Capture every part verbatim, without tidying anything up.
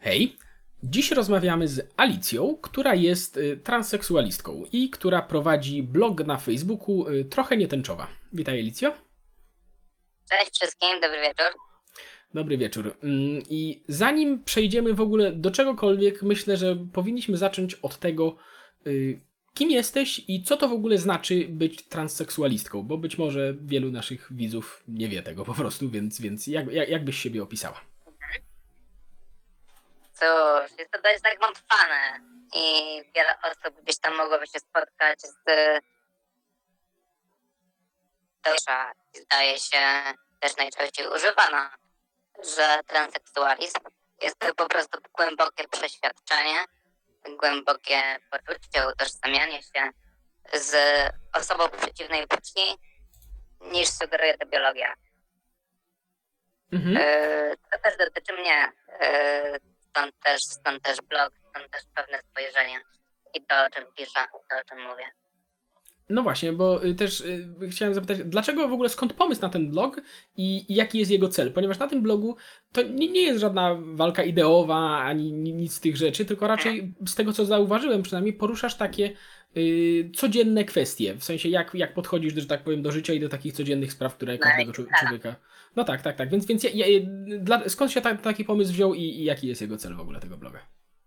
Hej, dziś rozmawiamy z Alicją, która jest y, transseksualistką i która prowadzi blog na Facebooku y, Trochę Nietęczowa. Witaj, Alicjo. Cześć wszystkim, dobry wieczór. Dobry wieczór. Mm, I zanim przejdziemy w ogóle do czegokolwiek, myślę, że powinniśmy zacząć od tego, y, kim jesteś i co to w ogóle znaczy być transseksualistką, bo być może wielu naszych widzów nie wie tego po prostu, więc, więc jak, jak, jak byś siebie opisała? Cóż, jest to dość zagmatwane i wiele osób gdzieś tam mogłoby się spotkać z Tosza. Zdaje się też najczęściej używana, że transseksualizm jest to po prostu głębokie przeświadczenie, głębokie poczucie, utożsamianie się z osobą przeciwnej płci, niż sugeruje to biologia. Mhm. Yy, to też dotyczy mnie. Yy, stąd też, stąd też blog, stąd też pewne spojrzenie i to, o czym piszę, to, o czym mówię. No właśnie, bo y, też y, chciałem zapytać, dlaczego w ogóle, skąd pomysł na ten blog i, i jaki jest jego cel? Ponieważ na tym blogu to nie, nie jest żadna walka ideowa ani ni- nic z tych rzeczy, tylko raczej z tego, co zauważyłem przynajmniej, poruszasz takie y, codzienne kwestie. W sensie jak, jak podchodzisz, że tak powiem, do życia i do takich codziennych spraw, które No każdego i czu- tak. człowieka... No tak, tak, tak. Więc, więc ja, ja, dla, skąd się ta, taki pomysł wziął i, i jaki jest jego cel w ogóle tego bloga?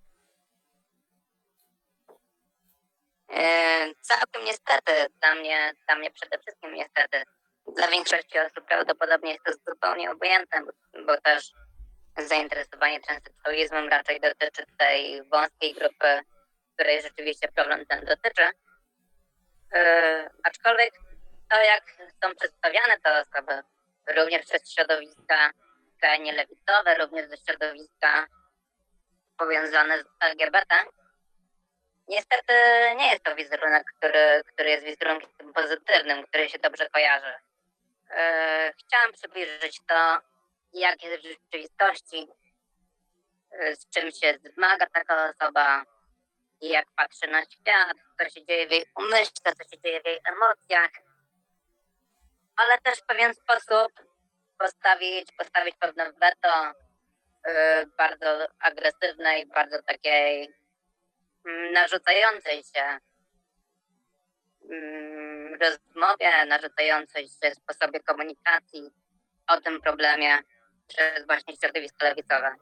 Yy, całkiem niestety, dla mnie, dla mnie przede wszystkim niestety. Dla większości osób prawdopodobnie jest to zupełnie obojętne, bo, bo też zainteresowanie transseksualizmem raczej dotyczy tej wąskiej grupy, której rzeczywiście problem ten dotyczy. Yy, aczkolwiek to, jak są przedstawiane te osoby, również przez środowiska skrajnie lewicowe, również ze środowiska powiązane z L G B T, niestety nie jest to wizerunek, który, który jest wizerunkiem pozytywnym, który się dobrze kojarzy. Yy, chciałam przybliżyć to, jak jest w rzeczywistości, yy, z czym się zmaga taka osoba, jak patrzy na świat, co się dzieje w jej umyśle, co się dzieje w jej emocjach, ale też w pewien sposób postawić, postawić pewne weto yy, bardzo agresywnej, bardzo takiej mm, narzucającej się mm, rozmowie, narzucającej się sposobie komunikacji o tym problemie przez właśnie środowisko lewicowe.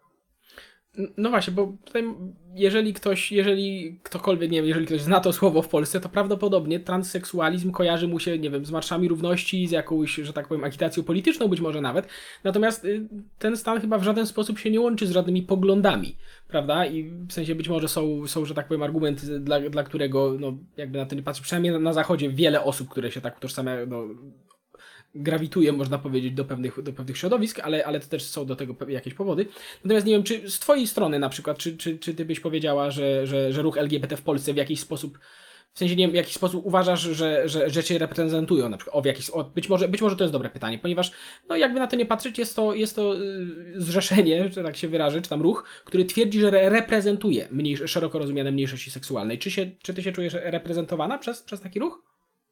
No właśnie, bo tutaj jeżeli ktoś, jeżeli ktokolwiek, nie wiem, jeżeli ktoś zna to słowo w Polsce, to prawdopodobnie transseksualizm kojarzy mu się, nie wiem, z marszami równości, z jakąś, że tak powiem, agitacją polityczną być może nawet. Natomiast y, ten stan chyba w żaden sposób się nie łączy z żadnymi poglądami, prawda? I w sensie być może są, są że tak powiem, argumenty, dla, dla którego, no, jakby na to nie patrzy, przynajmniej na, na Zachodzie wiele osób, które się tak utożsamiają, no, grawituje, można powiedzieć, do pewnych, do pewnych środowisk, ale, ale to też są do tego jakieś powody. Natomiast nie wiem, czy z twojej strony na przykład, czy, czy, czy ty byś powiedziała, że, że, że ruch L G B T w Polsce w jakiś sposób, w sensie nie wiem, w jakiś sposób uważasz, że, że, że cię reprezentują, na przykład, o, w jakiś, o, być, może, być może to jest dobre pytanie, ponieważ, no jakby na to nie patrzeć, jest to, jest to yy, zrzeszenie, że tak się wyrażę, czy tam ruch, który twierdzi, że re- reprezentuje mniejsz, szeroko rozumiane mniejszości seksualnej. Czy, się, czy ty się czujesz reprezentowana przez, przez taki ruch?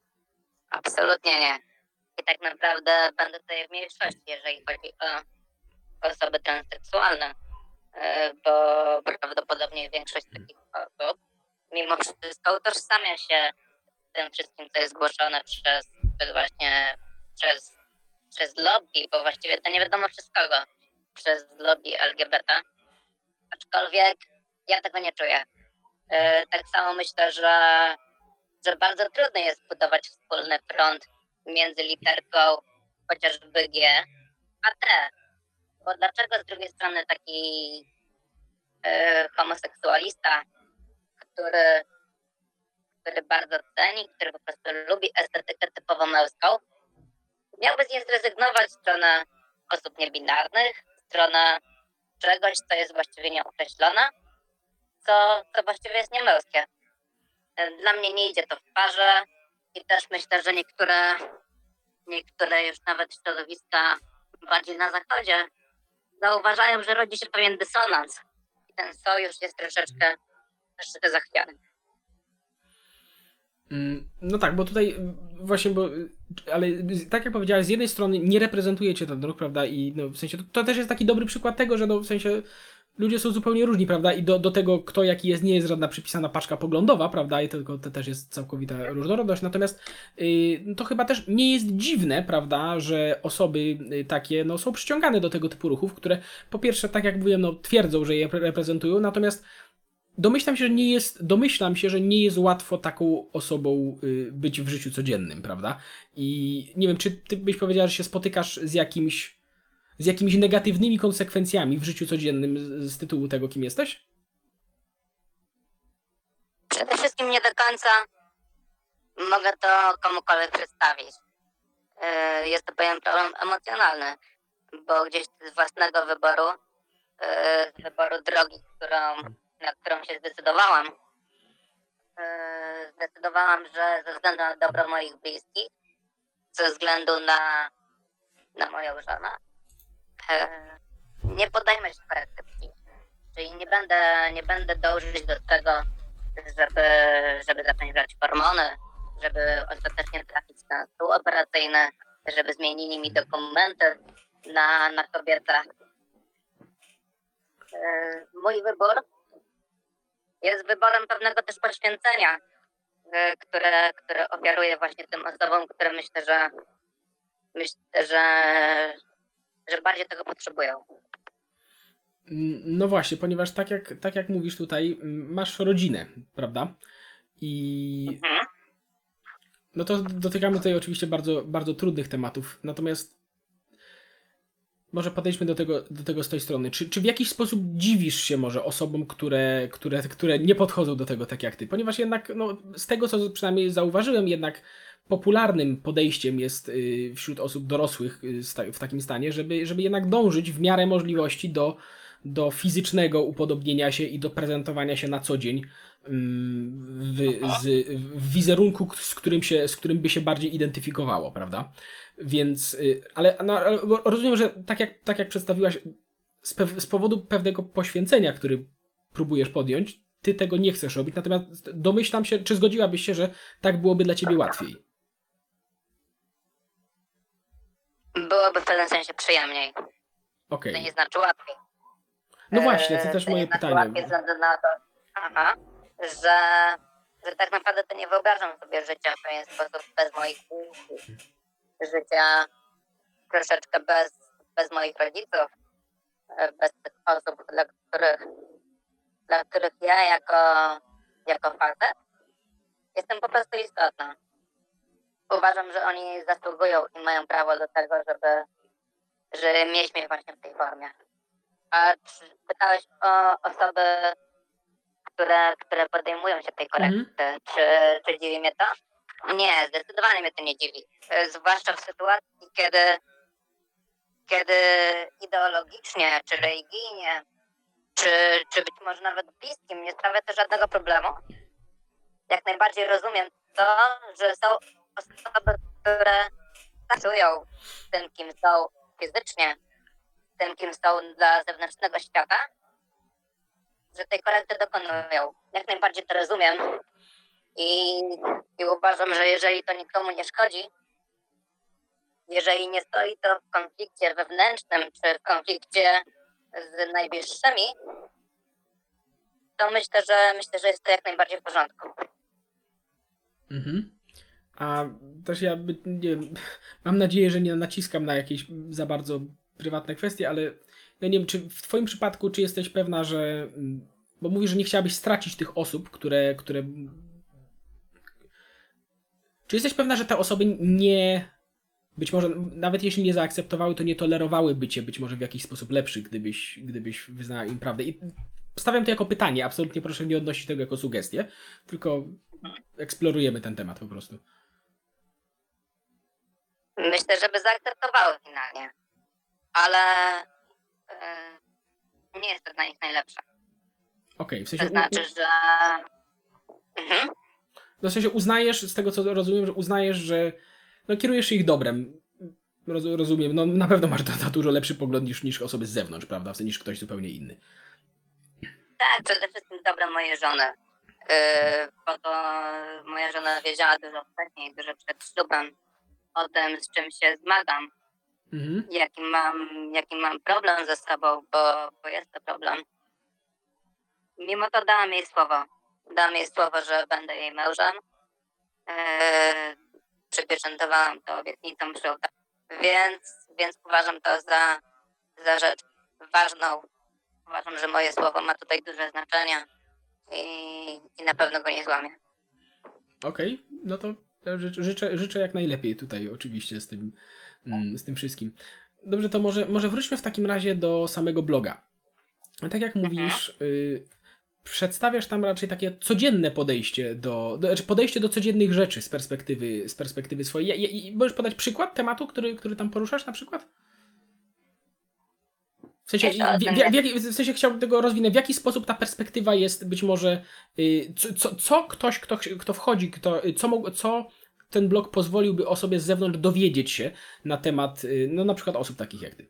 Absolutnie nie. I tak naprawdę będę tutaj w mniejszości, jeżeli chodzi o osoby transseksualne, yy, bo prawdopodobnie większość takich osób mimo wszystko utożsamia się z tym wszystkim, co jest zgłoszone przez, przez właśnie przez, przez lobby, bo właściwie to nie wiadomo przez kogo, przez lobby L G B T. Aczkolwiek ja tego nie czuję. Yy, tak samo myślę, że, że bardzo trudno jest budować wspólny front między literką chociażby G a T. Bo dlaczego z drugiej strony taki yy, homoseksualista, który, który bardzo ceni, który po prostu lubi estetykę typowo męską, miałby z niej zrezygnować w stronę osób niebinarnych, w stronę czegoś, co jest właściwie nieokreślone, co, co właściwie jest niemęskie. Dla mnie nie idzie to w parze i też myślę, że niektóre, niektóre już nawet środowiska bardziej na zachodzie zauważają, że rodzi się pewien dysonans i ten sojusz jest troszeczkę, troszeczkę zachwiany. No tak, bo tutaj właśnie, bo, ale tak jak powiedziałeś, z jednej strony nie reprezentujecie ten ruch, prawda, i no, w sensie to, to też jest taki dobry przykład tego, że no, w sensie ludzie są zupełnie różni, prawda? I do, do tego, kto jaki jest, nie jest żadna przypisana paczka poglądowa, prawda? I tylko to też jest całkowita różnorodność. Natomiast yy, to chyba też nie jest dziwne, prawda, że osoby yy, takie no, są przyciągane do tego typu ruchów, które po pierwsze, tak jak mówiłem, no, twierdzą, że je reprezentują, natomiast domyślam się, że nie jest, domyślam się, że nie jest łatwo taką osobą yy, być w życiu codziennym, prawda? I nie wiem, czy ty byś powiedziała, że się spotykasz z jakimś z jakimiś negatywnymi konsekwencjami w życiu codziennym z, z tytułu tego, kim jesteś? Przede wszystkim nie do końca mogę to komukolwiek przedstawić. Yy, Jest to pewien problem emocjonalny, bo gdzieś z własnego wyboru, yy, z wyboru drogi, którą, na którą się zdecydowałam, yy, zdecydowałam, że ze względu na dobro moich bliskich, ze względu na, na moją żonę, yy, nie podejmę się korekty psychicznej. Czyli nie będę, nie będę dążyć do tego, żeby, żeby zacząć brać hormony, żeby ostatecznie trafić na stół operacyjny, żeby zmienili mi dokumenty na, na kobietę. Yy, Mój wybór jest wyborem pewnego też poświęcenia, yy, które, które ofiaruję właśnie tym osobom, które myślę, że myślę, że, że bardziej tego potrzebują. No właśnie, ponieważ tak jak, tak jak mówisz tutaj, masz rodzinę, prawda? I Mhm. no to dotykamy tutaj oczywiście bardzo, bardzo trudnych tematów, natomiast może podejdźmy do tego, do tego z tej strony. Czy, czy w jakiś sposób dziwisz się może osobom, które, które, które nie podchodzą do tego tak jak ty? Ponieważ jednak, no, z tego co przynajmniej zauważyłem, jednak popularnym podejściem jest y, wśród osób dorosłych y, sta- w takim stanie, żeby, żeby jednak dążyć w miarę możliwości do, do fizycznego upodobnienia się i do prezentowania się na co dzień ym, w, z, w wizerunku, z którym, się, z którym by się bardziej identyfikowało, prawda? Więc, y, ale, no, ale rozumiem, że tak jak, tak jak przedstawiłaś, z, pew, z powodu pewnego poświęcenia, który próbujesz podjąć, ty tego nie chcesz robić, natomiast domyślam się, czy zgodziłabyś się, że tak byłoby dla ciebie łatwiej? Byłoby w pewnym sensie przyjemniej. Okej. To nie znaczy łatwiej. No właśnie, to Eee, też to moje nie znaczy pytanie. łatwiej ze względu na to, aha, że, że tak naprawdę to nie wyobrażam sobie życia w pewien sposób bez moich bliskich. Życia troszeczkę bez, bez moich rodziców, e, bez tych osób, dla których, dla których ja jako, jako facet jestem po prostu istotna. Uważam, że oni zasługują i mają prawo do tego, żeby, żeby mieć mnie właśnie w tej formie. A czy pytałeś o osoby, które, które podejmują się tej korekty, Mhm. czy, czy dziwi mnie to? Nie, zdecydowanie mnie to nie dziwi. E, Zwłaszcza w sytuacji, kiedy, kiedy ideologicznie, czy religijnie, czy, czy być może nawet bliskim nie sprawia to żadnego problemu. Jak najbardziej rozumiem to, że są osoby, które pracują z tym, kim są fizycznie, z tym, kim są dla zewnętrznego świata, że tej korekty dokonują. Jak najbardziej to rozumiem. I, I uważam, że jeżeli to nikomu nie szkodzi, jeżeli nie stoi to w konflikcie wewnętrznym, czy w konflikcie z najbliższymi, to myślę, że myślę, że jest to jak najbardziej w porządku. Mhm. A też ja by- nie wiem, mam nadzieję, że nie naciskam na jakieś za bardzo prywatne kwestie, ale ja nie wiem, czy w twoim przypadku, czy jesteś pewna, że, mm, bo mówisz, że nie chciałabyś stracić tych osób, które, które, czy jesteś pewna, że te osoby nie, być może nawet jeśli nie zaakceptowały, to nie tolerowały bycie być może w jakiś sposób lepszy, gdybyś, gdybyś wyznała im prawdę. I stawiam to jako pytanie, absolutnie proszę nie odnosić tego jako sugestię, tylko eksplorujemy ten temat po prostu. Myślę, żeby zaakceptowały finalnie, ale yy, nie jest to dla nich najlepsze. Okej, w To sensie, u, u, znaczy, że... Mhm. no w sensie uznajesz, z tego co rozumiem, że uznajesz, że no, kierujesz się ich dobrem. Roz, rozumiem, no na pewno masz na dużo lepszy pogląd niż, niż osoby z zewnątrz, prawda? W sensie niż ktoś zupełnie inny. Tak, przede wszystkim dobra mojej żony. Yy, bo to moja żona wiedziała dużo wcześniej, dużo przed ślubem o tym, z czym się zmagam, Mhm. jaki mam, jaki mam problem ze sobą, bo, bo jest to problem. mimo to dałam jej słowo. Dałam jej słowo, że będę jej mężem. Eee, przypieczętowałam to obietnicą przy ołtarzu. Więc, więc uważam to za, za rzecz ważną. Uważam, że moje słowo ma tutaj duże znaczenie i, i na pewno go nie złamię. Okej, okay, no to życzę, życzę, życzę jak najlepiej tutaj oczywiście z tym, z tym wszystkim. Dobrze, to może, może wróćmy w takim razie do samego bloga. Tak jak mówisz, y, przedstawiasz tam raczej takie codzienne podejście do, do znaczy podejście do codziennych rzeczy z perspektywy, z perspektywy swojej. Ja, ja, możesz podać przykład tematu, który, który tam poruszasz na przykład? W sensie, w, w, w, w sensie chciałbym tego rozwinąć. W jaki sposób ta perspektywa jest być może, y, co, co, co ktoś, kto, kto wchodzi, kto, co, mógł, co ten blog pozwoliłby osobie z zewnątrz dowiedzieć się na temat, y, no na przykład osób takich jak ty?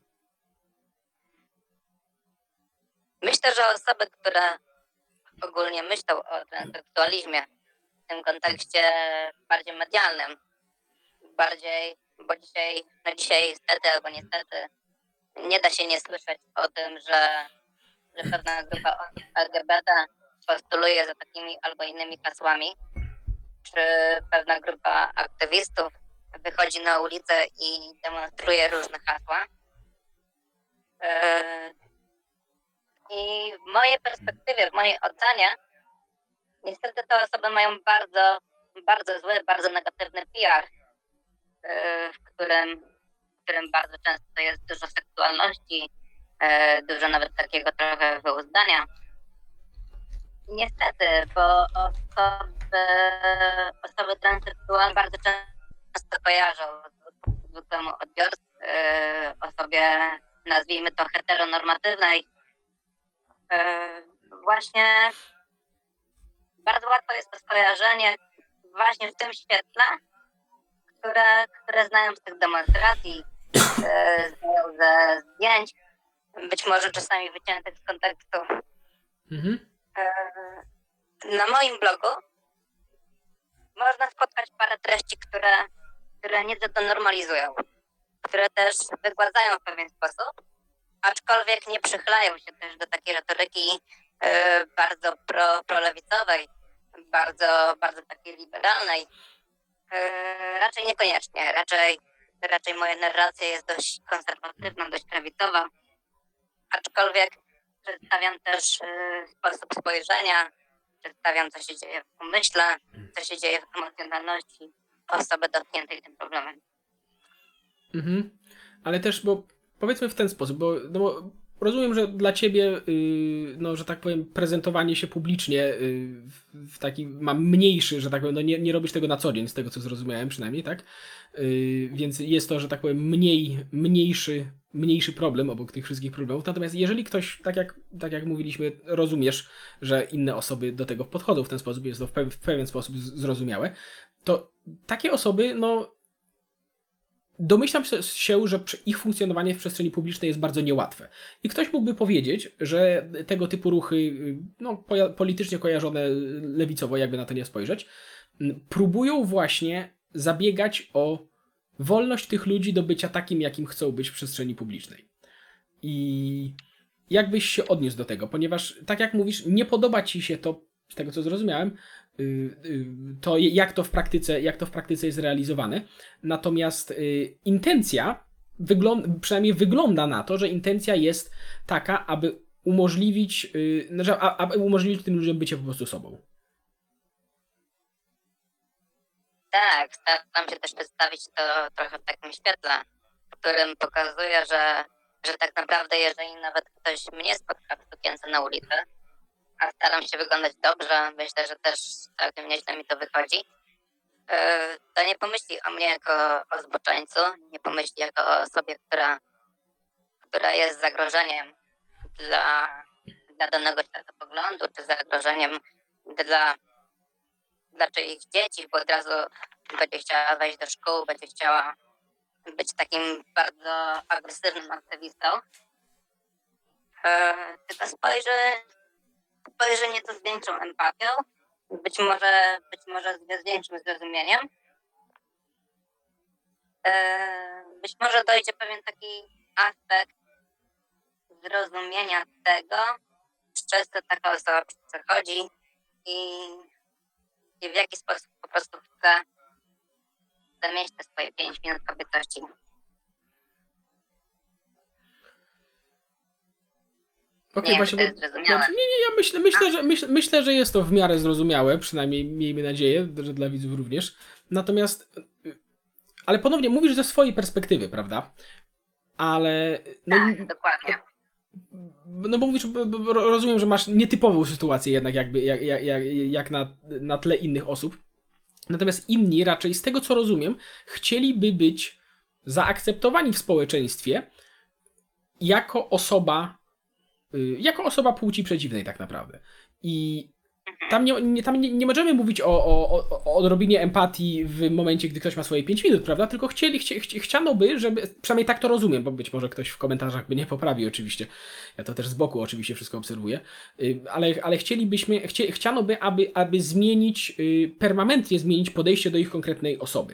Myślę, że osoby, które ogólnie myślą o transseksualizmie w tym kontekście bardziej medialnym, bardziej, bo dzisiaj, no dzisiaj stety albo niestety nie da się nie słyszeć o tym, że, że pewna grupa osób L G B T postuluje za takimi albo innymi hasłami, czy pewna grupa aktywistów wychodzi na ulicę i demonstruje różne hasła. I w mojej perspektywie, w mojej ocenie, niestety te osoby mają bardzo, bardzo zły, bardzo negatywny P R, w którym, w którym bardzo często jest dużo seksualności, dużo nawet takiego trochę wyuzdania. Niestety, bo osoby, osoby transseksualne bardzo często kojarzą zwykłemu odbiorcy, osobie, nazwijmy to heteronormatywnej. Właśnie bardzo łatwo jest to skojarzenie właśnie w tym świetle, które, które znają z tych demonstracji, znają ze zdjęć, być może czasami wyciętych z kontekstu. Mhm. Na moim blogu można spotkać parę treści, które, które nieco to normalizują, które też wygładzają w pewien sposób, aczkolwiek nie przychylają się też do takiej retoryki yy, bardzo pro, prolewicowej, bardzo, bardzo takiej liberalnej. Yy, raczej niekoniecznie, raczej, raczej moja narracja jest dość konserwatywna, dość prawicowa, aczkolwiek przedstawiam też yy, sposób spojrzenia, przedstawiam, co się dzieje w umyśle, co się dzieje w emocjonalności osoby dotkniętej tym problemem. Mhm. Ale też, bo powiedzmy w ten sposób, bo, no bo rozumiem, że dla ciebie, yy, no, że tak powiem, prezentowanie się publicznie yy, w taki, ma mniejszy, że tak powiem, no nie, nie robisz tego na co dzień, z tego co zrozumiałem przynajmniej, tak? Yy, więc jest to, że tak powiem, mniej, mniejszy, mniejszy problem obok tych wszystkich problemów. Natomiast jeżeli ktoś, tak jak, tak jak mówiliśmy, rozumiesz, że inne osoby do tego podchodzą w ten sposób, jest to w, pe- w pewien sposób zrozumiałe, to takie osoby, no, domyślam się, że ich funkcjonowanie w przestrzeni publicznej jest bardzo niełatwe. I ktoś mógłby powiedzieć, że tego typu ruchy, no, politycznie kojarzone lewicowo, jakby na to nie spojrzeć, próbują właśnie zabiegać o wolność tych ludzi do bycia takim, jakim chcą być w przestrzeni publicznej. I jak byś się odniósł do tego? Ponieważ, tak jak mówisz, nie podoba ci się to, z tego co zrozumiałem, to jak to w praktyce, jak to w praktyce jest realizowane. Natomiast intencja, wygląda, przynajmniej wygląda na to, że intencja jest taka, aby umożliwić, aby umożliwić tym ludziom bycie po prostu sobą. Tak, staram się też przedstawić to trochę w takim świetle, w którym pokazuję, że, że tak naprawdę jeżeli nawet ktoś mnie spotka w sukience na ulicy, a staram się wyglądać dobrze, myślę, że też całkiem nieźle mi to wychodzi, to nie pomyśli o mnie jako o zboczeńcu, nie pomyśli jako o osobie, która, która jest zagrożeniem dla, dla danego światopoglądu, czy zagrożeniem dla, dla czyichś dzieci, bo od razu będzie chciała wejść do szkół, będzie chciała być takim bardzo agresywnym aktywistą, tylko spojrzy spojrzy nieco z większą empatią, być może, być może z większym zrozumieniem. Być może dojdzie pewien taki aspekt zrozumienia tego, przez co taka osoba przechodzi i, i w jaki sposób po prostu chce, chce mieć te swoje pięć minut kobiecości. Okej, Nie wiem, właśnie, czy to bo, jest zrozumiałe. znaczy, nie, nie, ja myślę, myślę, że, myślę, myślę, że jest to w miarę zrozumiałe, przynajmniej miejmy nadzieję, że dla widzów również. Natomiast, y, ale ponownie mówisz ze swojej perspektywy, prawda? Ale, no, Tak, dokładnie. no bo mówisz, b- b- rozumiem, że masz nietypową sytuację jednak jakby, jak, jak, jak, jak na, na tle innych osób. Natomiast inni raczej, z tego co rozumiem, chcieliby być zaakceptowani w społeczeństwie jako osoba, y, jako osoba płci przeciwnej tak naprawdę. I tam nie, nie, tam nie, nie możemy mówić o, o, o, o odrobinie empatii w momencie, gdy ktoś ma swoje pięć minut, prawda? Tylko chcieli, chci, chci, chciano by, żeby, przynajmniej tak to rozumiem, bo być może ktoś w komentarzach by nie poprawił oczywiście. Ja to też z boku oczywiście wszystko obserwuję. Y, Ale, ale chcielibyśmy, chcie, chciano by, aby, aby zmienić, y, permanentnie zmienić podejście do ich konkretnej osoby.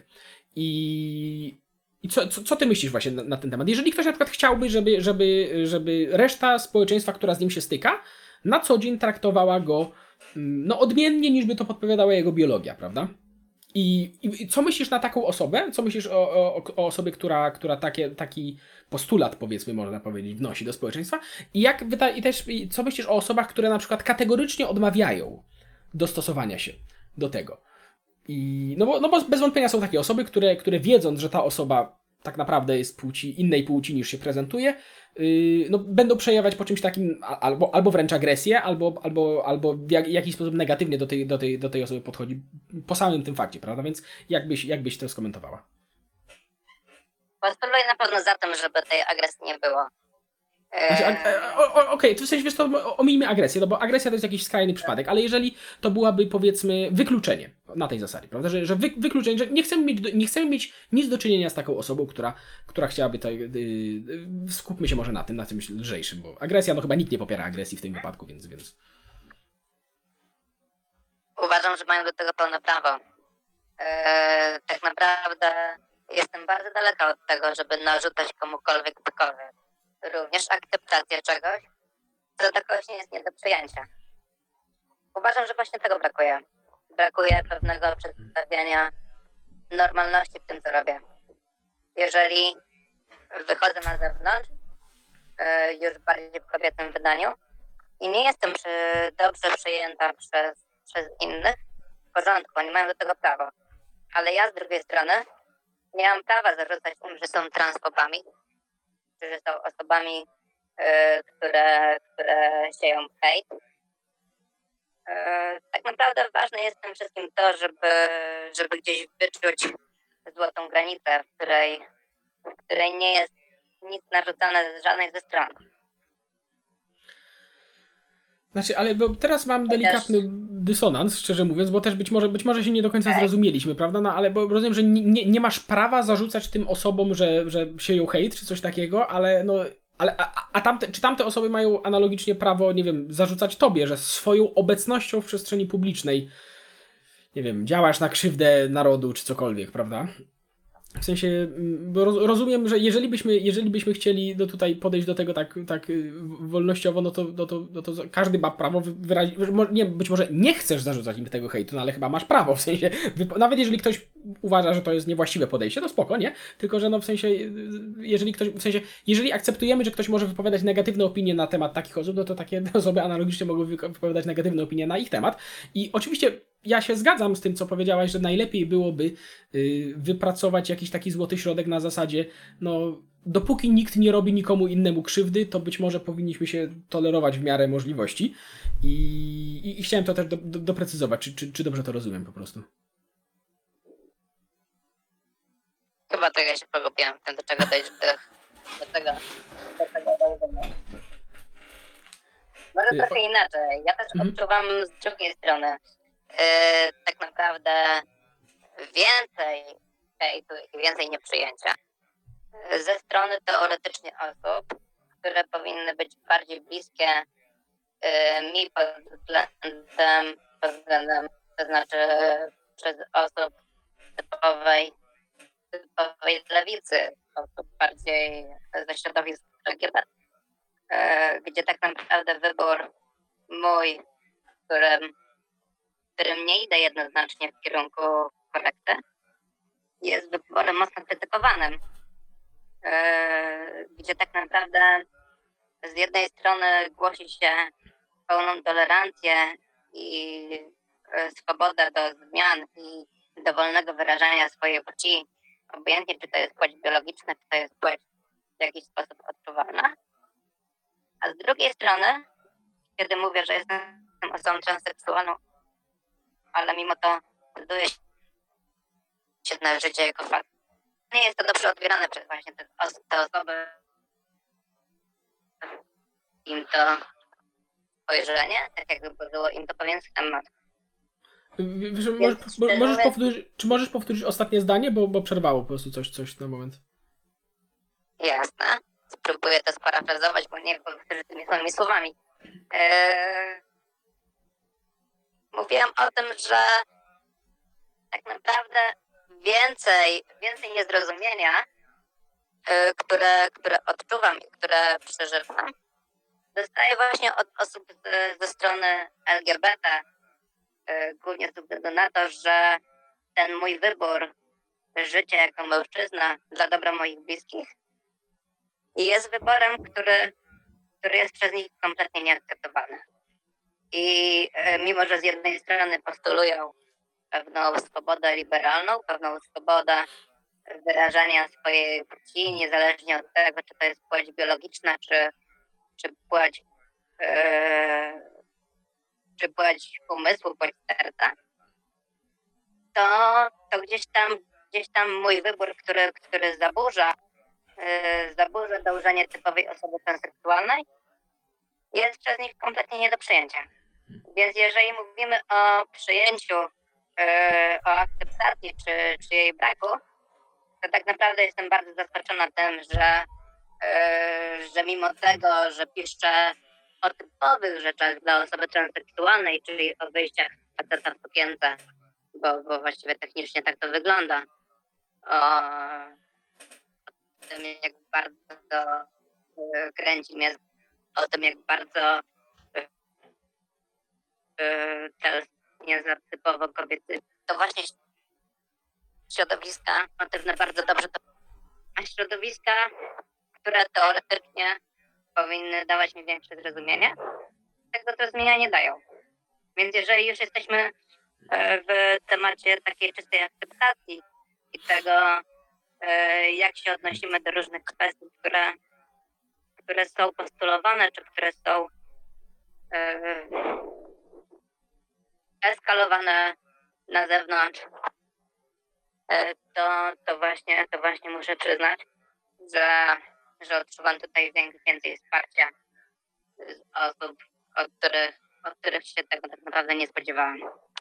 I, i co, co, co ty myślisz właśnie na, na ten temat? Jeżeli ktoś na przykład chciałby, żeby, żeby, żeby reszta społeczeństwa, która z nim się styka, na co dzień traktowała go no odmiennie niż by to podpowiadała jego biologia, prawda? I, i, i co myślisz na taką osobę? Co myślisz o, o, o osobie, która, która takie, taki postulat, powiedzmy, można powiedzieć, wnosi do społeczeństwa? I jak wyda- i też i co myślisz o osobach, które na przykład kategorycznie odmawiają dostosowania się do tego? I, no, bo, no bo bez wątpienia są takie osoby, które, które wiedząc, że ta osoba tak naprawdę jest płci, innej płci niż się prezentuje, yy, no, będą przejawiać po czymś takim a- albo, albo wręcz agresję, albo, albo, albo w jak, jakiś sposób negatywnie do tej, do, tej, do tej osoby podchodzi po samym tym fakcie, prawda? Więc jakbyś, jakbyś to skomentowała? Postuluję na pewno za tym, żeby tej agresji nie było. Znaczy, a- Eee, a- o- o- Okej, to w sensie, wiesz, to omijmy agresję, no bo agresja to jest jakiś skrajny przypadek, ale jeżeli to byłaby, powiedzmy, wykluczenie na tej zasadzie, prawda, że, że wy, wykluczenie, że nie chcemy, mieć, do- nie chcemy mieć nic do czynienia z taką osobą, która, która chciałaby, to, yy, yy, skupmy się może na tym, na czymś lżejszym, bo agresja, no chyba nikt nie popiera agresji w tym wypadku, więc, więc... Uważam, że mają do tego pełne prawo. Eee, tak naprawdę jestem bardzo daleka od tego, żeby narzucać komukolwiek cokolwiek. Również akceptacja czegoś, co dla kogoś nie jest nie do przyjęcia. Uważam, że właśnie tego brakuje. Brakuje pewnego przedstawiania normalności w tym, co robię. Jeżeli wychodzę na zewnątrz, e, już bardziej w kobiecym wydaniu i nie jestem przy, dobrze przyjęta przez, przez innych, w porządku, oni mają do tego prawo. Ale ja z drugiej strony nie mam prawa zarzucać im, że są transfobami, czy że są osobami, e, które, które sieją hejt. E, tak naprawdę ważne jest w tym wszystkim to, żeby, żeby gdzieś wyczuć złotą granicę, w której, w której nie jest nic narzucane z żadnej ze stron. Znaczy, ale bo teraz mam delikatny dysonans, szczerze mówiąc, bo też być może, być może się nie do końca zrozumieliśmy, prawda? No ale bo rozumiem, że nie, nie, nie masz prawa zarzucać tym osobom, że, że sieją hejt czy coś takiego, ale no. Ale, a, a tamte, czy tamte osoby mają analogicznie prawo, nie wiem, zarzucać tobie, że swoją obecnością w przestrzeni publicznej, nie wiem, działasz na krzywdę narodu czy cokolwiek, prawda? W sensie, mm, bo roz- rozumiem, że jeżeli byśmy, jeżeli byśmy chcieli do tutaj podejść do tego tak, tak y, wolnościowo, no to, no to, no to każdy ma prawo wy- wyrazić, że mo- nie, być może nie chcesz zarzucać im tego hejtu, no ale chyba masz prawo, w sensie, wypo- nawet jeżeli ktoś uważa, że to jest niewłaściwe podejście, to spoko, nie? Tylko, że no w sensie, y, jeżeli ktoś, w sensie, jeżeli akceptujemy, że ktoś może wypowiadać negatywne opinie na temat takich osób, no to takie osoby analogicznie mogą wyko- wypowiadać negatywne opinie na ich temat i oczywiście ja się zgadzam z tym, co powiedziałaś, że najlepiej byłoby y, wypracować jakiś taki złoty środek na zasadzie, no dopóki nikt nie robi nikomu innemu krzywdy, to być może powinniśmy się tolerować w miarę możliwości. I, i, i chciałem to też do, do, doprecyzować, czy, czy, czy dobrze to rozumiem po prostu. Chyba tego ja się pogubiłem w tym, do czego dojść, do, do tego, do tego dojdziemy. Może Y, trochę inaczej. Ja też Mhm. odczuwam z drugiej strony yy, tak naprawdę więcej hejtu i więcej nieprzyjęcia yy, ze strony teoretycznie osób, które powinny być bardziej bliskie yy, mi pod względem, pod względem, to znaczy przez osób typowej, typowej lewicy, osób bardziej ze środowisk L G B T, yy, gdzie tak naprawdę wybór mój, w którym, w którym nie idę jednoznacznie w kierunku korekty, jest wyborem mocno krytykowanym, yy, gdzie tak naprawdę z jednej strony głosi się pełną tolerancję i yy, swobodę do zmian i dowolnego wyrażania swojej płci, obojętnie czy to jest płeć biologiczna, czy to jest płeć w jakiś sposób odczuwalna. A z drugiej strony, kiedy mówię, że jestem osobą transseksualną, ale mimo to decyduję się na życie jako fakt, nie jest to dobrze odbierane przez właśnie te, os- te osoby. Im to spojrzenie, tak jakby było im to pewien schemat. Wiesz, możesz, Więc mo- szczerze możesz mówiąc- powtórzyć, czy możesz powtórzyć ostatnie zdanie, bo, bo przerwało po prostu coś, coś na moment. Jasne. Spróbuję to sparafrazować, bo nie powtórzę tymi samymi słowami. Eee... Mówiłem o tym, że tak naprawdę więcej, więcej niezrozumienia, yy, które, które odczuwam i które przeżywam, dostaję właśnie od osób z, ze strony L G B T, yy, głównie ze względu na to, że ten mój wybór życia jako mężczyzna dla dobra moich bliskich jest wyborem, który, który jest przez nich kompletnie nieakceptowany. I e, mimo, że z jednej strony postulują pewną swobodę liberalną, pewną swobodę wyrażania swojej płci, niezależnie od tego, czy to jest płeć biologiczna, czy, czy płeć e, czy płeć umysłu, płeć serca, to, to gdzieś tam gdzieś tam mój wybór, który, który zaburza e, zaburza dążenie typowej osoby transseksualnej, jest przez nich kompletnie nie do przyjęcia. Więc jeżeli mówimy o przyjęciu, yy, o akceptacji czy, czy jej braku, to tak naprawdę jestem bardzo zaskoczona tym, że, yy, że mimo tego, że piszczę o typowych rzeczach dla osoby transseksualnej, czyli o wyjściach faceta w sukience, bo, bo właściwie technicznie tak to wygląda, o, o tym, jak bardzo yy, kręci mnie, o tym, jak bardzo teraz nie za typowo kobiety, to właśnie środowiska natywne bardzo dobrze to, a środowiska, które teoretycznie powinny dawać mi większe zrozumienie, tego zrozumienia nie dają. Więc jeżeli już jesteśmy w temacie takiej czystej akceptacji i tego, jak się odnosimy do różnych kwestii, które, które są postulowane, czy które są eskalowane na zewnątrz, to, to, właśnie, to właśnie muszę przyznać, że, że odczuwam tutaj więcej wsparcia z osób, od których, od których się tego tak naprawdę nie spodziewałam.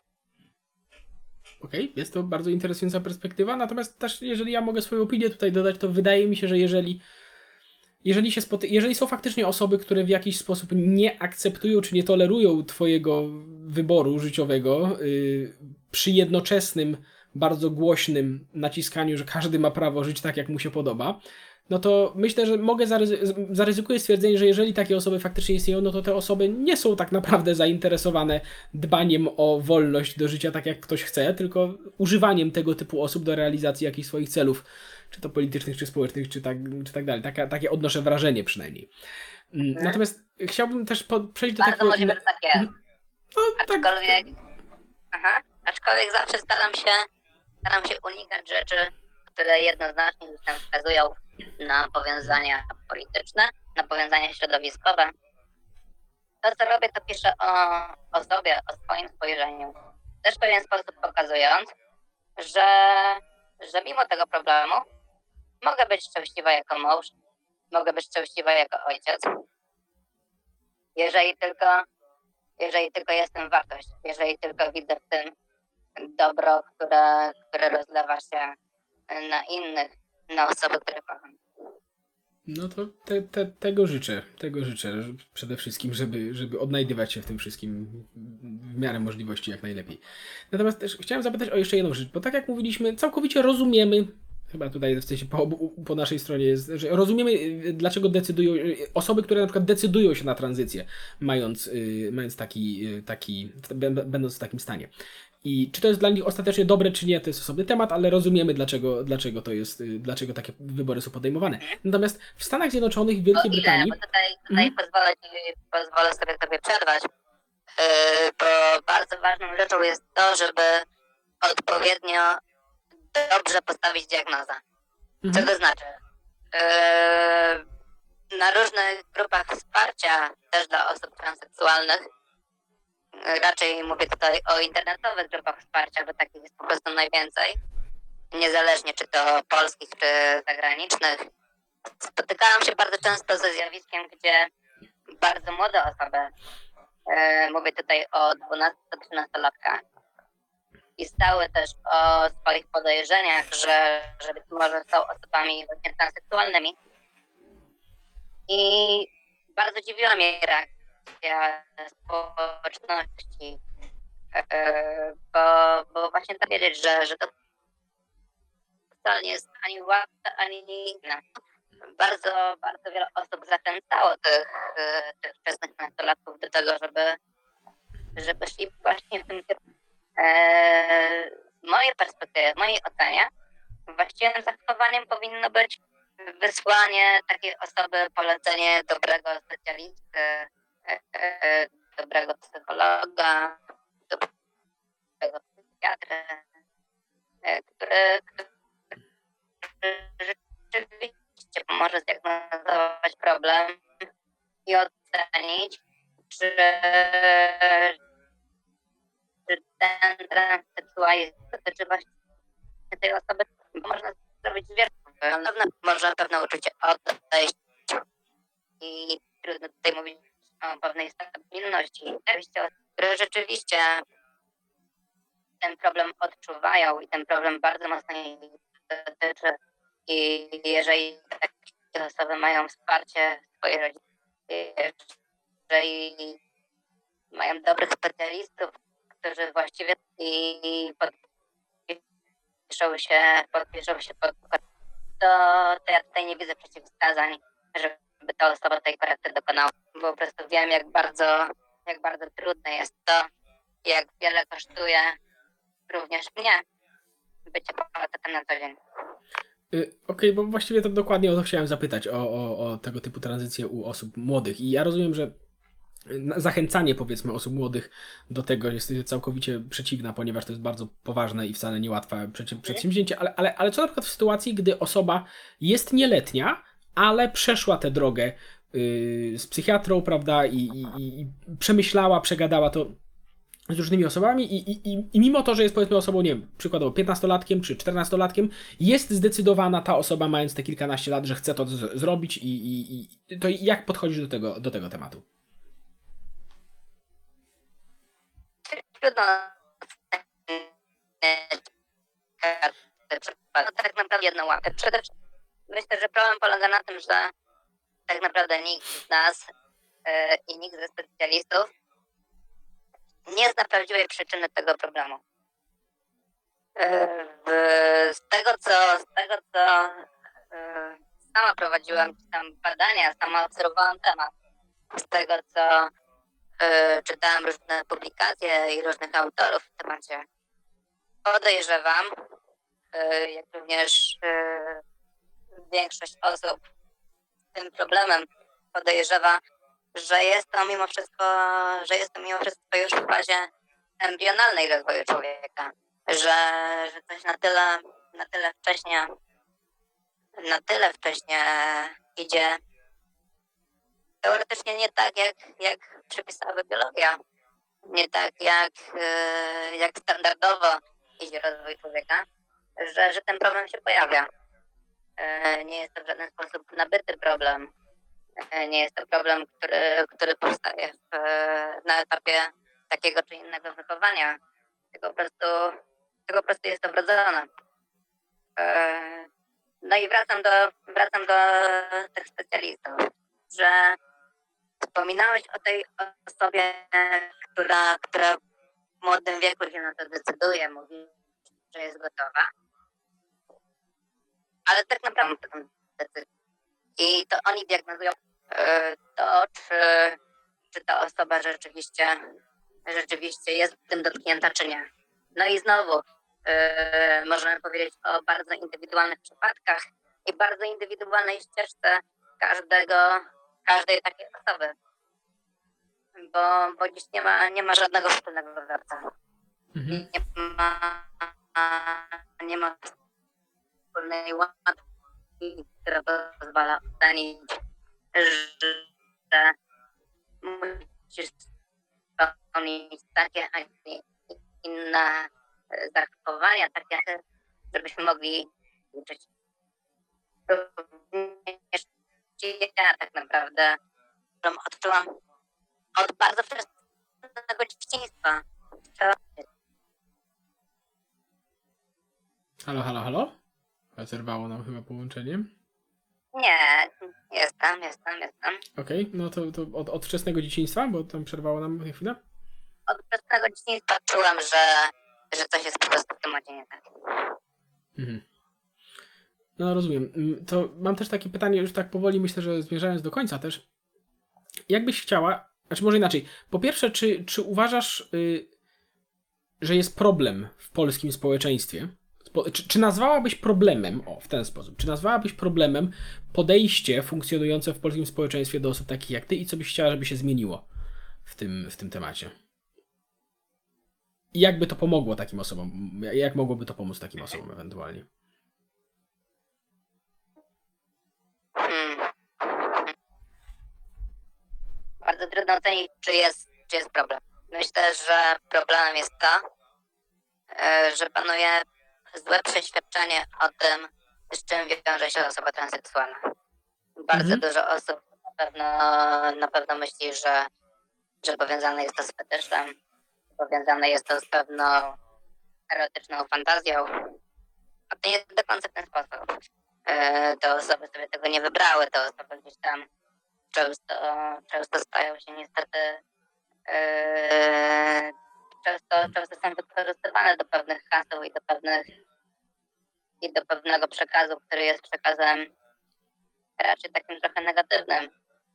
Okej, okay, jest to bardzo interesująca perspektywa, natomiast też jeżeli ja mogę swoją opinię tutaj dodać, to wydaje mi się, że jeżeli Jeżeli, się spoty- jeżeli są faktycznie osoby, które w jakiś sposób nie akceptują czy nie tolerują twojego wyboru życiowego yy, przy jednoczesnym, bardzo głośnym naciskaniu, że każdy ma prawo żyć tak, jak mu się podoba, no to myślę, że mogę zaryzy- zaryzykuję stwierdzenie, że jeżeli takie osoby faktycznie istnieją, no to te osoby nie są tak naprawdę zainteresowane dbaniem o wolność do życia tak, jak ktoś chce, tylko używaniem tego typu osób do realizacji jakichś swoich celów, czy to politycznych, czy społecznych, czy tak, czy tak dalej. Taka, takie odnoszę wrażenie przynajmniej. Mhm. Natomiast chciałbym też po, przejść do Bardzo takiego... możliwe, że tak jest. No, aczkolwiek, aha, aczkolwiek zawsze staram się, staram się unikać rzeczy, które jednoznacznie gdzieś tam wskazują na powiązania polityczne, na powiązania środowiskowe. To, co robię, to piszę o, o sobie, o swoim spojrzeniu. Też w pewien sposób pokazując, że, że mimo tego problemu mogę być szczęśliwa jako mąż, mogę być szczęśliwa jako ojciec, jeżeli tylko, jeżeli tylko jestem wartość, jeżeli tylko widzę w tym dobro, które, które rozlewa się na innych, na osoby, które kocham. No to te, te, tego życzę, tego życzę przede wszystkim, żeby, żeby odnajdywać się w tym wszystkim w miarę możliwości jak najlepiej. Natomiast też chciałem zapytać o jeszcze jedną rzecz, bo tak jak mówiliśmy, całkowicie rozumiemy Chyba tutaj w sensie po, obu- po naszej stronie jest, że rozumiemy, y, dlaczego decydują y, osoby, które na przykład decydują się na tranzycję, mając, y, mając taki, y, taki, bę- będąc w takim stanie. I czy to jest dla nich ostatecznie dobre, czy nie, to jest osobny temat, ale rozumiemy, dlaczego, dlaczego to jest, y, dlaczego takie wybory są podejmowane. Natomiast w Stanach Zjednoczonych, w O Wielkiej ile, Brytanii, bo tutaj, tutaj mhm, pozwolę, ci, pozwolę sobie tobie przerwać, yy, bo bardzo ważną rzeczą jest to, żeby odpowiednio dobrze postawić diagnozę. Co mhm, to znaczy? Yy, na różnych grupach wsparcia, też dla osób transseksualnych, yy, raczej mówię tutaj o internetowych grupach wsparcia, bo takich jest po prostu najwięcej, niezależnie czy to polskich, czy zagranicznych. Spotykałam się bardzo często ze zjawiskiem, gdzie bardzo młode osoby, yy, mówię tutaj o dwunasto-trzynastolatkach, i stały też o swoich podejrzeniach, że, że być może są osobami właśnie transseksualnymi. I bardzo dziwiła mnie reakcja społeczności, e, bo, bo właśnie tak wiedzieć, że, że to wcale nie jest ani łatwe, ani inne. Bardzo, bardzo wiele osób zachęcało tych, e, tych wczesnych nastolatków do tego, żeby, żeby szli właśnie w tym kierunku. E, Z mojej perspektywy, w mojej ocenie, właściwym zachowaniem powinno być wysłanie takiej osoby, polecenie dobrego specjalisty, e, e, dobrego psychologa, dobrego psychiatry, e, który, który rzeczywiście pomoże zdiagnozować problem i ocenić, czy, czy ten transseksualizm dotyczy właśnie tej osoby, bo można zrobić wiele. Na pewno można pewne uczucie odejść i trudno tutaj mówić o pewnej stabilności. Oczywiście osoby, które rzeczywiście ten problem odczuwają i ten problem bardzo mocno ich dotyczy i jeżeli takie osoby mają wsparcie swojej rodziny, jeżeli mają dobrych specjalistów, którzy właściwie i podpiszą się, podpiszą się pod to, to ja tutaj nie widzę przeciwwskazań, żeby ta osoba tej korekty dokonała. Bo po prostu wiem, jak bardzo, jak bardzo trudne jest to, jak wiele kosztuje również mnie bycie facetem na co dzień. Y, Okej, bo właściwie to dokładnie o to chciałem zapytać, o, o, o tego typu tranzycje u osób młodych. I ja rozumiem, że na- zachęcanie powiedzmy osób młodych do tego jest całkowicie przeciwna, ponieważ to jest bardzo poważne i wcale niełatwe przeci- przedsięwzięcie, ale, ale, ale co na przykład w sytuacji, gdy osoba jest nieletnia, ale przeszła tę drogę yy, z psychiatrą, prawda, i, i, i i przemyślała, przegadała to z różnymi osobami i, i, i, i mimo to, że jest powiedzmy osobą, nie wiem, przykładowo piętnastolatkiem czy czternastolatkiem, jest zdecydowana ta osoba mając te kilkanaście lat, że chce to z- zrobić i, i, i to jak podchodzisz do tego, do tego tematu? Trudno no tak naprawdę jedno łapę. Przede wszystkim myślę, że problem polega na tym, że tak naprawdę nikt z nas yy, i nikt ze specjalistów nie zna prawdziwej przyczyny tego problemu. Yy, z tego co, z tego co yy, sama prowadziłam tam badania, sama obserwowałam temat, z tego co yy, czytałam różne publikacje i różnych autorów w temacie, podejrzewam, yy, jak również yy, większość osób z tym problemem podejrzewa, że jest to mimo wszystko, że jest to mimo wszystko już w fazie embrionalnej rozwoju człowieka, że, że coś na tyle, na tyle wcześnie, na tyle wcześnie idzie teoretycznie nie tak, jak, jak przypisałaby biologia, nie tak jak, yy, jak standardowo idzie rozwój człowieka, że, że ten problem się pojawia. Yy, nie jest to w żaden sposób nabyty problem. Nie jest to problem, który, który powstaje w, na etapie takiego czy innego wychowania. Tylko po prostu, tylko po prostu jest to wrodzone. No i wracam do, wracam do tych specjalistów, że wspominałeś o tej osobie, która, która w młodym wieku się na to decyduje, mówi, że jest gotowa. ale tak naprawdę taką decyzję. I to oni diagnozują e, to, czy, czy ta osoba rzeczywiście, rzeczywiście jest tym dotknięta, czy nie. No i znowu e, możemy powiedzieć o bardzo indywidualnych przypadkach i bardzo indywidualnej ścieżce każdego, każdej takiej osoby. Bo, bo dziś nie ma, nie ma żadnego wspólnego wzorca. Mhm. Nie ma, nie ma wspólnej łatki, która pozwala ocenić, że musisz spełnić takie, a nie inne zachowania, takie, żebyśmy mogli liczyć. Również ja tak naprawdę odczułam od bardzo wczesnego dzieciństwa. Halo, halo, halo? Zerwało nam chyba połączenie. Nie, jestem, jestem, jestem. Okej, okay, no to, to od, od wczesnego dzieciństwa, bo tam przerwało nam chwilę. Od wczesnego dzieciństwa czułam, że, że coś jest po prostu w tym modzie nie tak. Mhm. No rozumiem. To mam też takie pytanie, już tak powoli myślę, że zmierzając do końca też. Jak byś chciała, znaczy może inaczej. Po pierwsze, czy, czy uważasz, y, że jest problem w polskim społeczeństwie? Spo, czy, czy nazwałabyś problemem, o w ten sposób, czy nazwałabyś problemem podejście funkcjonujące w polskim społeczeństwie do osób takich jak ty i co byś chciała, żeby się zmieniło w tym, w tym temacie? I jak by to pomogło takim osobom? Jak mogłoby to pomóc takim osobom ewentualnie? Hmm. Bardzo trudno ocenić, czy jest, czy jest problem. Myślę, że problemem jest to, że panuje złe przeświadczenie o tym, z czym wiąże się osoba transseksualna. Bardzo Mhm. dużo osób na pewno, na pewno myśli, że, że powiązane jest to z fetyszem, powiązane jest to z pewną erotyczną fantazją, a to nie jest do końca w ten sposób. Te osoby sobie tego nie wybrały, te osoby gdzieś tam często, często stają się niestety yy, często, często są wykorzystywane do pewnych haseł i do pewnych i do pewnego przekazu, który jest przekazem raczej takim trochę negatywnym.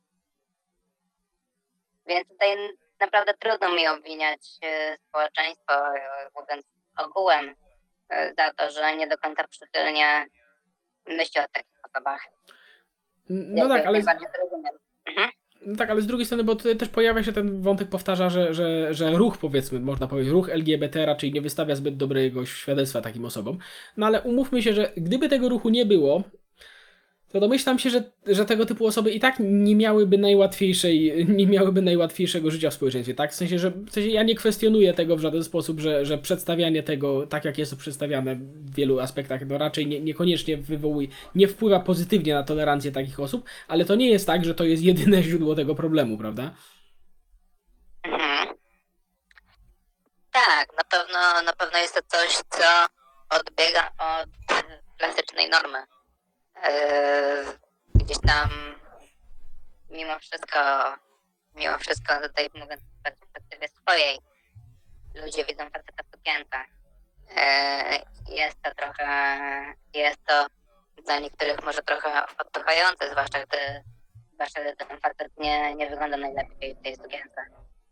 Więc tutaj naprawdę trudno mi obwiniać społeczeństwo, mówiąc ogółem, za to, że nie do końca przychylnie myśli o takich osobach. No ja tak, ale... Mhm. No tak, ale z drugiej strony, bo tutaj też pojawia się ten wątek, powtarza, że, że, że ruch, powiedzmy, można powiedzieć, ruch L G B T raczej nie wystawia zbyt dobrego świadectwa takim osobom. No ale umówmy się, że gdyby tego ruchu nie było, to domyślam się, że, że tego typu osoby i tak nie miałyby najłatwiejszej, nie miałyby najłatwiejszego życia w społeczeństwie, tak? W sensie, że w sensie ja nie kwestionuję tego w żaden sposób, że, że przedstawianie tego tak, jak jest to przedstawiane w wielu aspektach, no raczej nie, niekoniecznie wywołuje, nie wpływa pozytywnie na tolerancję takich osób, ale to nie jest tak, że to jest jedyne źródło tego problemu, prawda? Mhm. Tak, na pewno, na pewno jest to coś, co odbiega od klasycznej normy. Yy, gdzieś tam mimo wszystko, mimo wszystko tutaj mówiąc w perspektywie swojej, ludzie widzą faceta w sukience. Yy, jest to trochę, jest to dla niektórych może trochę odpychające, zwłaszcza gdy, zwłaszcza gdy ten facet nie, nie wygląda najlepiej w tej sukience.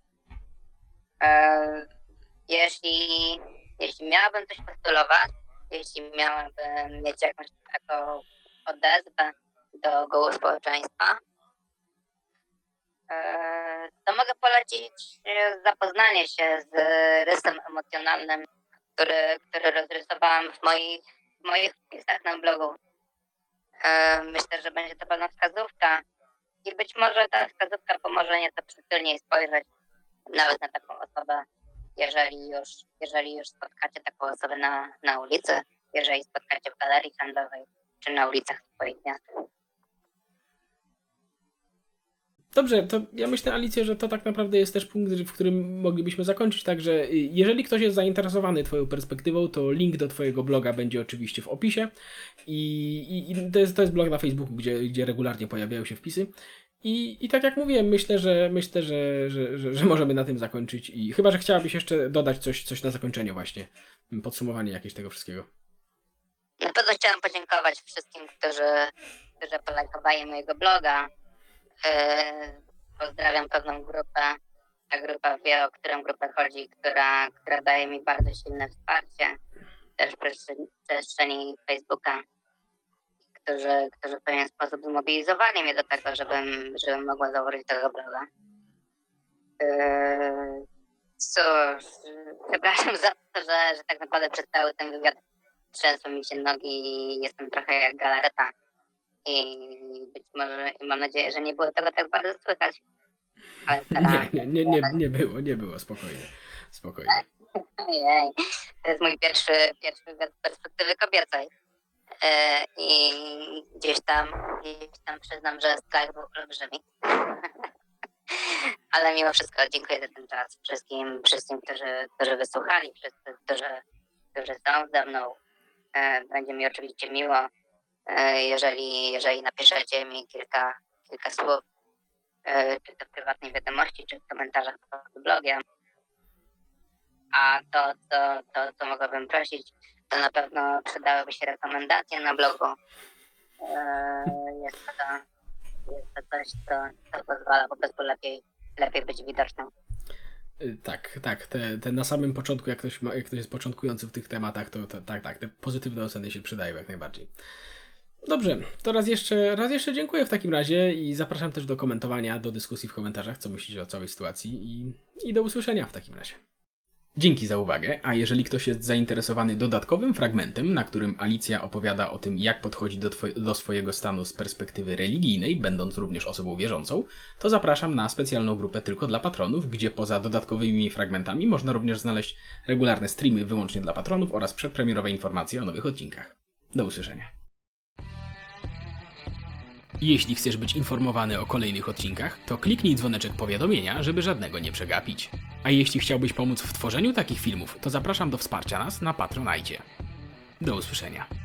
Yy, jeśli, jeśli miałabym coś postulować, jeśli miałabym mieć jakąś taką odezwę do ogółu społeczeństwa, to mogę polecić zapoznanie się z rysem emocjonalnym, który, który rozrysowałam w moich, w moich wpisach na blogu. Myślę, że będzie to pewna wskazówka i być może ta wskazówka pomoże nieco przychylniej spojrzeć nawet na taką osobę, jeżeli już, jeżeli już spotkacie taką osobę na, na ulicy, jeżeli spotkacie w galerii handlowej, czy na ulicach swoich miast. Dobrze, to ja myślę, Alicjo, że to tak naprawdę jest też punkt, w którym moglibyśmy zakończyć, także jeżeli ktoś jest zainteresowany twoją perspektywą, to link do twojego bloga będzie oczywiście w opisie i, i, i to, jest, to jest blog na Facebooku, gdzie, gdzie regularnie pojawiają się wpisy. I, I tak jak mówiłem, myślę, że myślę, że, że, że, że możemy na tym zakończyć i chyba, że chciałabyś jeszcze dodać coś, coś na zakończenie właśnie, podsumowanie jakieś tego wszystkiego. Na pewno chciałem podziękować wszystkim, którzy, którzy polajkowali mojego bloga. Yy, pozdrawiam pewną grupę. Ta grupa wie, o którą grupę chodzi, która, która daje mi bardzo silne wsparcie. Też w przestrzeni, przestrzeni Facebooka, którzy, którzy w pewien sposób zmobilizowali mnie do tego, żebym, żebym mogła założyć tego bloga. Yy, cóż, przepraszam za to, że, że tak naprawdę przez cały ten wywiad trzęsą mi się nogi i jestem trochę jak galareta. I być może, i mam nadzieję, że nie było tego tak bardzo słychać. Ale starałam Nie, nie, nie, nie, nie było, nie było, spokojnie. Spokojnie. Ojej, to jest mój pierwszy, pierwszy wywiad z perspektywy kobiecej. E, I gdzieś tam, gdzieś tam przyznam, że strach był olbrzymi. Ale mimo wszystko dziękuję za ten czas wszystkim, wszystkim, którzy, którzy wysłuchali, wszyscy, którzy, którzy są ze mną. E, Będzie mi oczywiście miło, e, jeżeli, jeżeli napiszecie mi kilka, kilka słów, e, czy to w prywatnej wiadomości, czy w komentarzach pod blogiem. A to, co, to, co mogłabym prosić, to na pewno przydałyby się rekomendacje na blogu. Eee, Jest to, jest to coś, co, co pozwala po prostu lepiej, lepiej być widocznym. Y, Tak, tak. Te, te na samym początku, jak ktoś, ma, jak ktoś jest początkujący w tych tematach, to, to tak, tak. Te pozytywne oceny się przydają jak najbardziej. Dobrze, to raz jeszcze, raz jeszcze dziękuję w takim razie i zapraszam też do komentowania, do dyskusji w komentarzach, co myślicie o całej sytuacji i, i do usłyszenia w takim razie. Dzięki za uwagę, a jeżeli ktoś jest zainteresowany dodatkowym fragmentem, na którym Alicja opowiada o tym, jak podchodzi do, twoje, do swojego stanu z perspektywy religijnej, będąc również osobą wierzącą, to zapraszam na specjalną grupę tylko dla patronów, gdzie poza dodatkowymi fragmentami można również znaleźć regularne streamy wyłącznie dla patronów oraz przedpremierowe informacje o nowych odcinkach. Do usłyszenia. Jeśli chcesz być informowany o kolejnych odcinkach, to kliknij dzwoneczek powiadomienia, żeby żadnego nie przegapić. A jeśli chciałbyś pomóc w tworzeniu takich filmów, to zapraszam do wsparcia nas na Patronite. Do usłyszenia.